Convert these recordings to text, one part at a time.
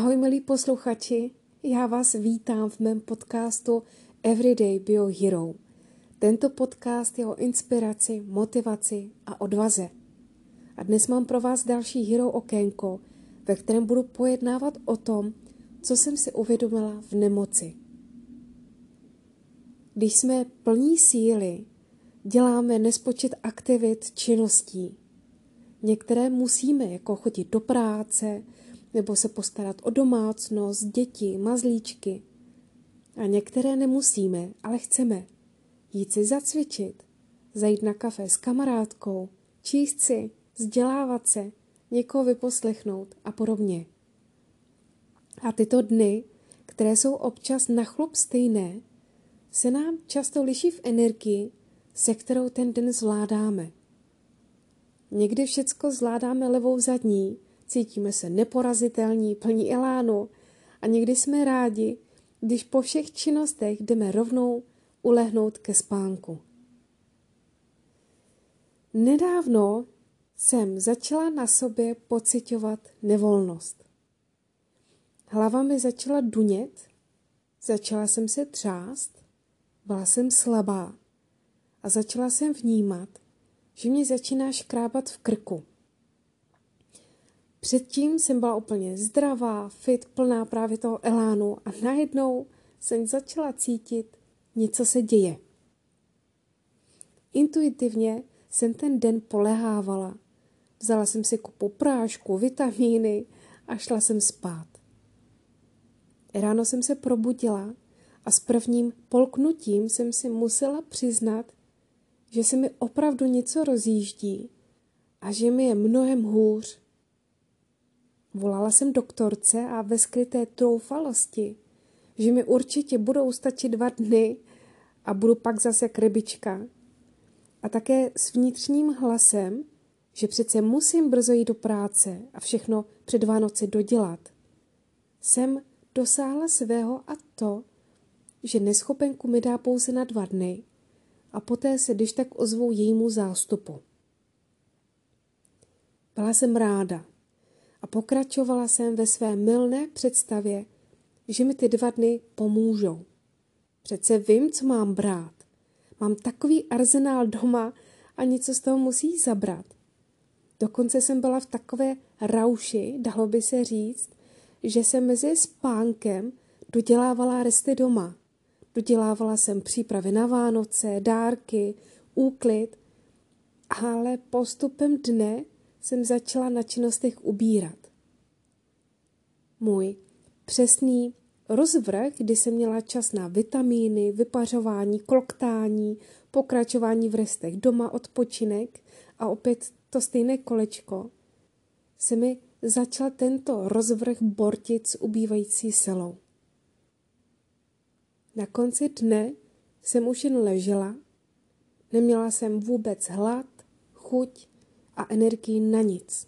Ahoj milí posluchači, já vás vítám v mém podcastu Everyday Bio Hero. Tento podcast je o inspiraci, motivaci a odvaze. A dnes mám pro vás další hero okénko, ve kterém budu pojednávat o tom, co jsem si uvědomila v nemoci. Když jsme plní síly, děláme nespočet aktivit, činností. Některé musíme, jako chodit do práce, nebo se postarat o domácnost, děti, mazlíčky. A některé nemusíme, ale chceme. Jít si zacvičit, zajít na kafe s kamarádkou, číst si, vzdělávat se, někoho vyposlechnout a podobně. A tyto dny, které jsou občas na chlup stejné, se nám často liší v energii, se kterou ten den zvládáme. Někdy všecko zvládáme levou zadní, cítíme se neporazitelní, plní elánu a někdy jsme rádi, když po všech činnostech jdeme rovnou ulehnout ke spánku. Nedávno jsem začala na sobě pociťovat nevolnost. Hlava mi začala dunět, začala jsem se třást, byla jsem slabá a začala jsem vnímat, že mě začíná škrábat v krku. Předtím jsem byla úplně zdravá, fit, plná právě toho elánu a najednou jsem začala cítit, něco se děje. Intuitivně jsem ten den polehávala. Vzala jsem si kupu prášku, vitamíny a šla jsem spát. Ráno jsem se probudila a s prvním polknutím jsem si musela přiznat, že se mi opravdu něco rozjíždí a že mi je mnohem hůř. Volala jsem doktorce a ve skryté troufalosti, že mi určitě budou stačit 2 dny a budu pak zase jak rybička. A také s vnitřním hlasem, že přece musím brzo jít do práce a všechno před Vánoci dodělat. Jsem dosáhla svého a to, že neschopenku mi dá pouze na 2 dny a poté se když tak ozvou jejímu zástupu. Byla jsem ráda a pokračovala jsem ve své mylné představě, že mi ty 2 dny pomůžou. Přece vím, co mám brát. Mám takový arzenál doma a něco z toho musí zabrat. Dokonce jsem byla v takové rauši, dalo by se říct, že jsem mezi spánkem dodělávala resty doma. Dodělávala jsem přípravy na Vánoce, dárky, úklid, ale postupem dne jsem začala na činnostech ubírat. Můj přesný rozvrh, kdy jsem měla čas na vitamíny, vypařování, kloktání, pokračování v restech doma, odpočinek a opět to stejné kolečko, se mi začal tento rozvrh bortit s ubývající silou. Na konci dne jsem už jen ležela, neměla jsem vůbec hlad, chuť a energii na nic.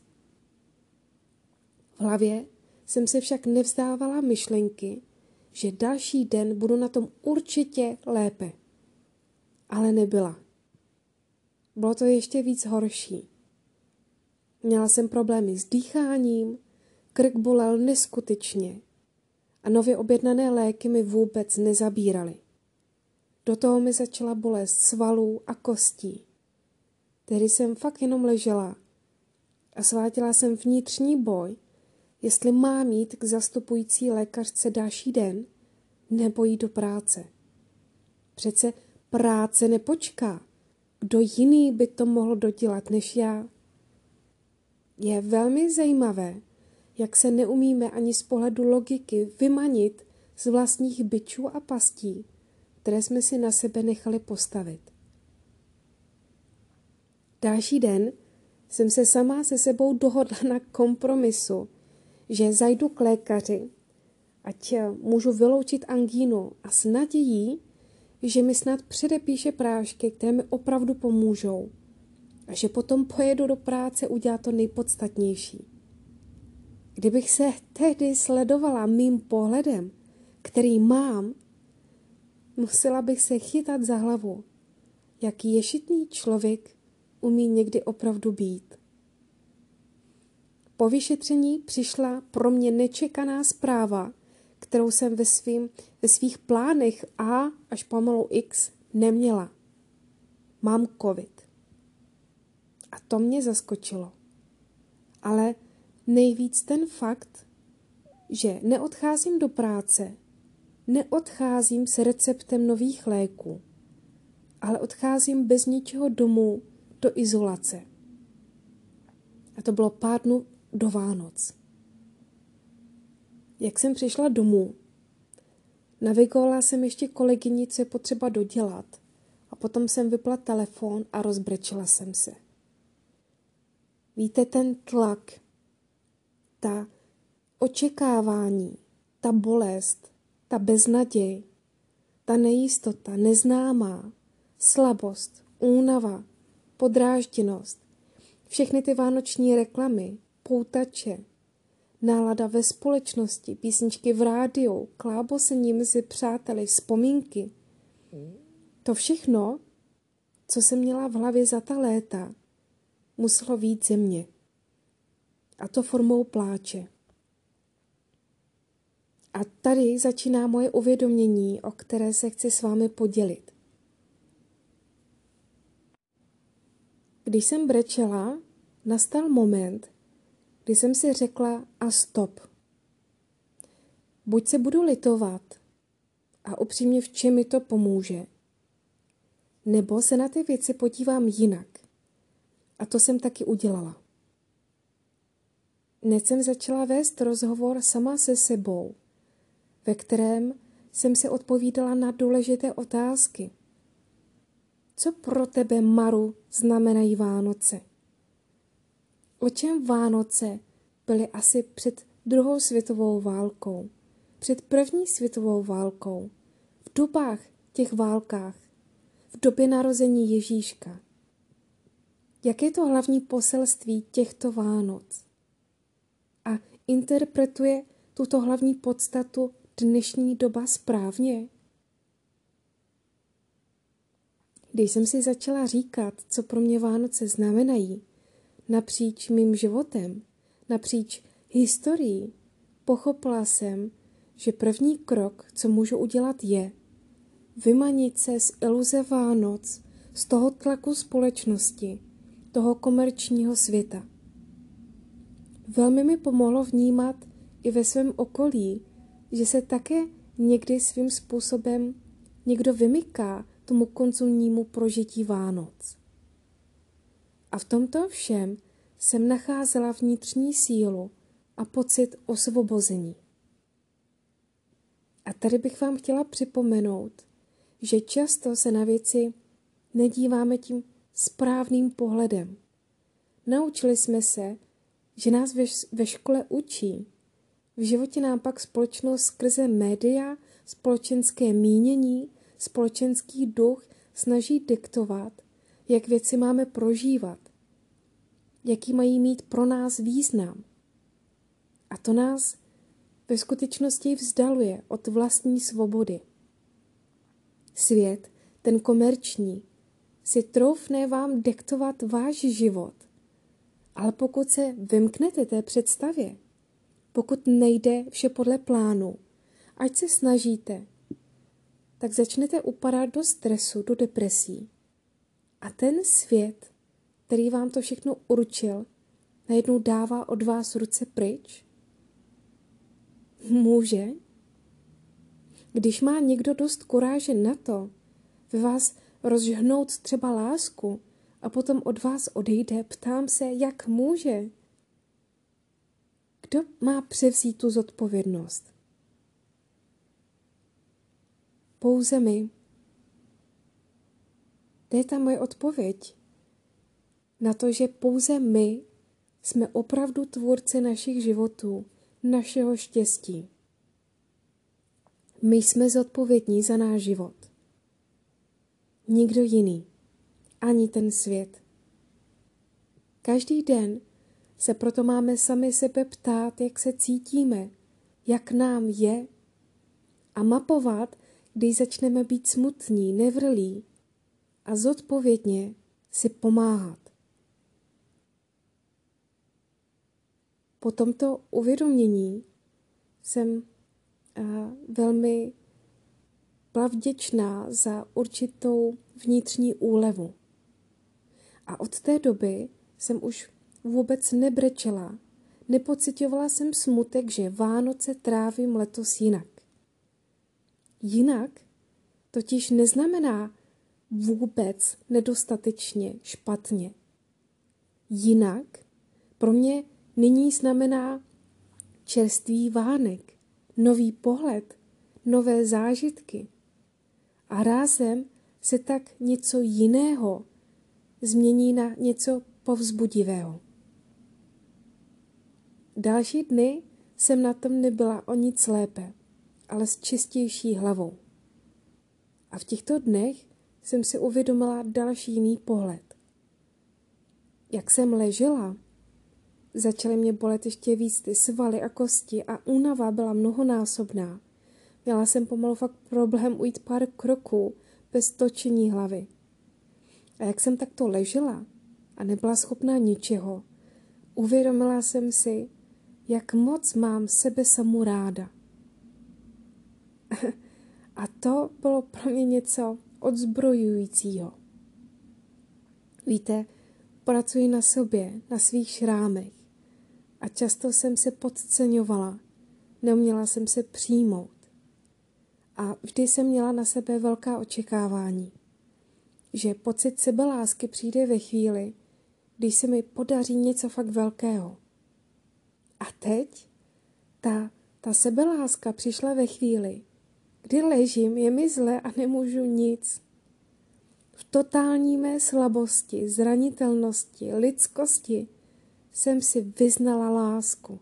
V hlavě jsem se však nevzdávala myšlenky, že další den budu na tom určitě lépe. Ale nebyla. Bylo to ještě víc horší. Měla jsem problémy s dýcháním, krk bolel neskutečně a nově objednané léky mi vůbec nezabíraly. Do toho mi začala bolest svalů a kostí. Tehdy jsem fakt jenom ležela a sváděla jsem vnitřní boj, jestli mám jít k zastupující lékařce další den nebo jít do práce. Přece práce nepočká. Kdo jiný by to mohl dodělat než já? Je velmi zajímavé, jak se neumíme ani z pohledu logiky vymanit z vlastních bičů a pastí, které jsme si na sebe nechali postavit. Další den jsem se sama se sebou dohodla na kompromisu, že zajdu k lékaři, ať můžu vyloučit angínu a s nadějí, že mi snad předepíše prášky, které mi opravdu pomůžou a že potom pojedu do práce udělat to nejpodstatnější. Kdybych se tehdy sledovala mým pohledem, který mám, musela bych se chytat za hlavu, jak ješitný člověk umí někdy opravdu být. po vyšetření přišla pro mě nečekaná zpráva, kterou jsem ve svých plánech A až pomalu X neměla. Mám covid. A to mě zaskočilo. Ale nejvíc ten fakt, že neodcházím do práce, neodcházím s receptem nových léků, ale odcházím bez ničeho domů do izolace. A to bylo pár dnů do Vánoc. Jak jsem přišla domů, navigovala jsem ještě kolegyni, co je potřeba dodělat, a potom jsem vypla telefon a rozbrečela jsem se. Víte, ten tlak, ta očekávání, ta bolest, ta beznaděj, ta nejistota, neznámá, slabost, únava, podrážděnost, všechny ty vánoční reklamy, poutače, nálada ve společnosti, písničky v rádiu, klábosení mezi přáteli, vzpomínky. To všechno, co jsem měla v hlavě za ta léta, muselo vyjít ze mě. A to formou pláče. A tady začíná moje uvědomění, o které se chci s vámi podělit. Když jsem brečela, nastal moment, kdy jsem si řekla a stop. Buď se budu litovat a upřímně v čem mi to pomůže, nebo se na ty věci podívám jinak. A to jsem taky udělala. Hned jsem začala vést rozhovor sama se sebou, ve kterém jsem se odpovídala na důležité otázky. Co pro tebe, Maru, znamenají Vánoce? O čem Vánoce byly asi před 2. světovou válkou, před 1. světovou válkou, v dobách těch válkách, v době narození Ježíška? Jak je to hlavní poselství těchto Vánoc? A interpretuje tuto hlavní podstatu dnešní doba správně? Když jsem si začala říkat, co pro mě Vánoce znamenají, napříč mým životem, napříč historií, pochopila jsem, že první krok, co můžu udělat, je vymanit se z iluze Vánoc, z toho tlaku společnosti, toho komerčního světa. Velmi mi pomohlo vnímat i ve svém okolí, že se také někdy svým způsobem někdo vymyká tomu konzumnímu prožití Vánoc. A v tomto všem jsem nacházela vnitřní sílu a pocit osvobození. A tady bych vám chtěla připomenout, že často se na věci nedíváme tím správným pohledem. Naučili jsme se, že nás ve škole učí. V životě nám pak společnost skrze média, společenské mínění, společenský duch snaží diktovat, jak věci máme prožívat, jaký mají mít pro nás význam. A to nás ve skutečnosti vzdaluje od vlastní svobody. Svět, ten komerční, si troufne vám diktovat váš život. Ale pokud se vymknete té představě, pokud nejde vše podle plánu, ať se snažíte, tak začnete upadat do stresu, do depresí. A ten svět, který vám to všechno určil, najednou dává od vás ruce pryč? Může? Když má někdo dost kuráže na to, ve vás rozžhnout třeba lásku a potom od vás odejde, ptám se, jak může? Kdo má převzít tu zodpovědnost? Pouze my. To je ta moje odpověď na to, že pouze my jsme opravdu tvůrci našich životů, našeho štěstí. My jsme zodpovědní za náš život. Nikdo jiný, ani ten svět. Každý den se proto máme sami sebe ptát, jak se cítíme, jak nám je, a mapovat, když začneme být smutní, nevrlí, a zodpovědně si pomáhat. Po tomto uvědomění jsem velmi byla vděčná za určitou vnitřní úlevu. A od té doby jsem už vůbec nebrečela, nepocitovala jsem smutek, že Vánoce trávím letos jinak. Jinak totiž neznamená vůbec nedostatečně, špatně. Jinak pro mě nyní znamená čerstvý vánek, nový pohled, nové zážitky. A rázem se tak něco jiného změní na něco povzbudivého. Další dny jsem na tom nebyla o nic lépe, ale s čistější hlavou. A v těchto dnech jsem si uvědomila další jiný pohled. Jak jsem ležela, začaly mě bolet ještě víc ty svaly a kosti a únava byla mnohonásobná. Měla jsem pomalu fakt problém ujít pár kroků bez točení hlavy. A jak jsem takto ležela a nebyla schopná ničeho, uvědomila jsem si, jak moc mám sebe samu ráda. A to bylo pro mě něco odzbrojujícího. Víte, pracuji na sobě, na svých šrámech a často jsem se podceňovala, neuměla jsem se přijmout. A vždy jsem měla na sebe velká očekávání, že pocit sebelásky přijde ve chvíli, když se mi podaří něco fakt velkého. A teď ta sebeláska přišla ve chvíli, kdy ležím, je mi zle a nemůžu nic. V totální mé slabosti, zranitelnosti, lidskosti jsem si vyznala lásku.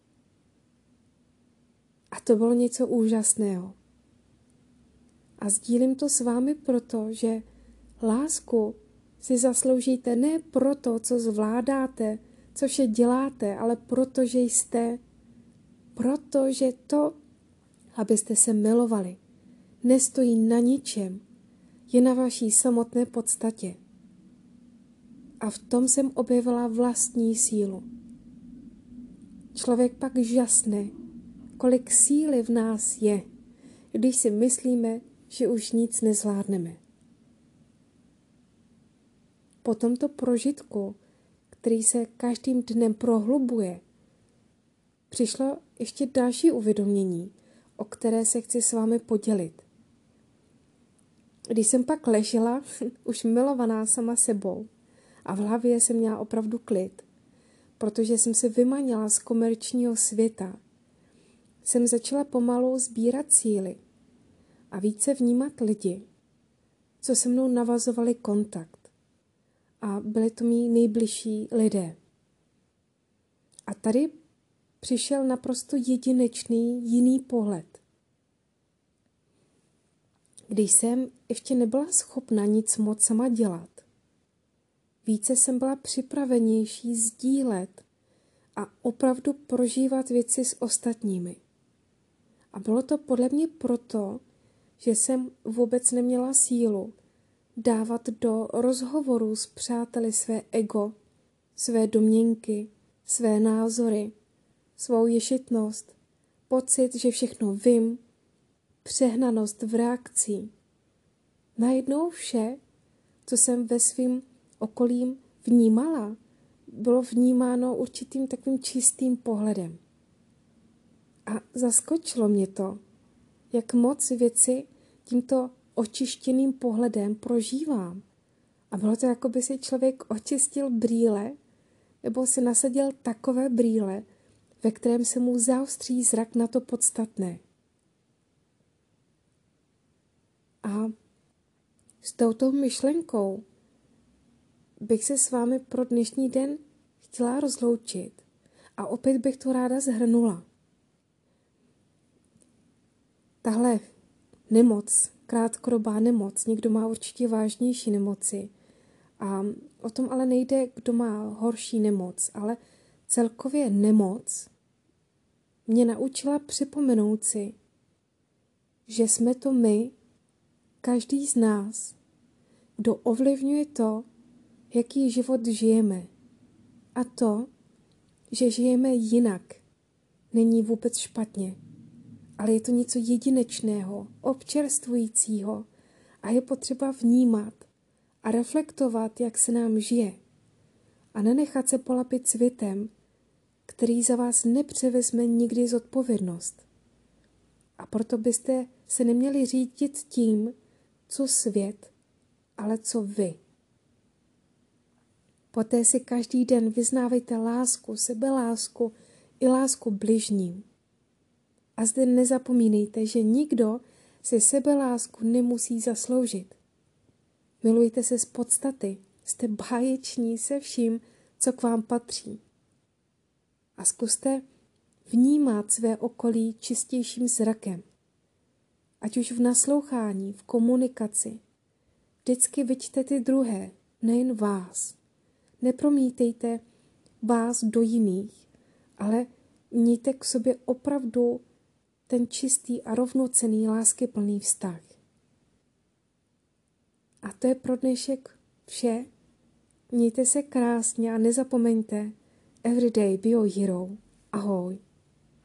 A to bylo něco úžasného. A sdílím to s vámi proto, že lásku si zasloužíte ne proto, co zvládáte, co vše děláte, ale proto, že jste. Protože to, abyste se milovali, nestojí na ničem, je na vaší samotné podstatě. A v tom jsem objevila vlastní sílu. Člověk pak žasne, kolik síly v nás je, když si myslíme, že už nic nezvládneme. Po tomto prožitku, který se každým dnem prohlubuje, přišlo ještě další uvědomění, o které se chci s vámi podělit. Když jsem pak ležela, už milovaná sama sebou, a v hlavě jsem měla opravdu klid, protože jsem se vymanila z komerčního světa, jsem začala pomalu sbírat síly a více vnímat lidi, co se mnou navazovali kontakt. A byli to mý nejbližší lidé. A tady přišel naprosto jedinečný jiný pohled. Když jsem ještě nebyla schopna nic moc sama dělat, více jsem byla připravenější sdílet a opravdu prožívat věci s ostatními. A bylo to podle mě proto, že jsem vůbec neměla sílu dávat do rozhovorů s přáteli své ego, své domněnky, své názory, svou ješitnost, pocit, že všechno vím, přehnanost v reakci. Najednou vše, co jsem ve svým okolím vnímala, bylo vnímáno určitým takovým čistým pohledem. A zaskočilo mě to, jak moc věci tímto očištěným pohledem prožívám. A bylo to, jako by si člověk očistil brýle, nebo si nasadil takové brýle, ve kterém se mu zaostří zrak na to podstatné. A s touto myšlenkou bych se s vámi pro dnešní den chtěla rozloučit a opět bych to ráda shrnula. Tahle nemoc, krátkodobá nemoc, někdo má určitě vážnější nemoci a o tom ale nejde, kdo má horší nemoc, ale celkově nemoc mě naučila připomenout si, že jsme to my, každý z nás, kdo ovlivňuje to, jaký život žijeme. A to, že žijeme jinak, není vůbec špatně, ale je to něco jedinečného, občerstvujícího a je potřeba vnímat a reflektovat, jak se nám žije a nenechat se polapit světem, který za vás nepřevezme nikdy zodpovědnost. A proto byste se neměli řídit tím, co svět, ale co vy. Poté si každý den vyznávejte lásku, sebelásku i lásku bližním. A zde nezapomínejte, že nikdo si sebelásku nemusí zasloužit. Milujte se z podstaty, jste báječní se vším, co k vám patří. A zkuste vnímat své okolí čistějším zrakem. Ať už v naslouchání, v komunikaci. Vždycky viďte ty druhé, nejen vás. Nepromítejte vás do jiných, ale mějte k sobě opravdu ten čistý a rovnocenný láskyplný vztah. A to je pro dnešek vše. Mějte se krásně a nezapomeňte, everyday be your hero. Ahoj.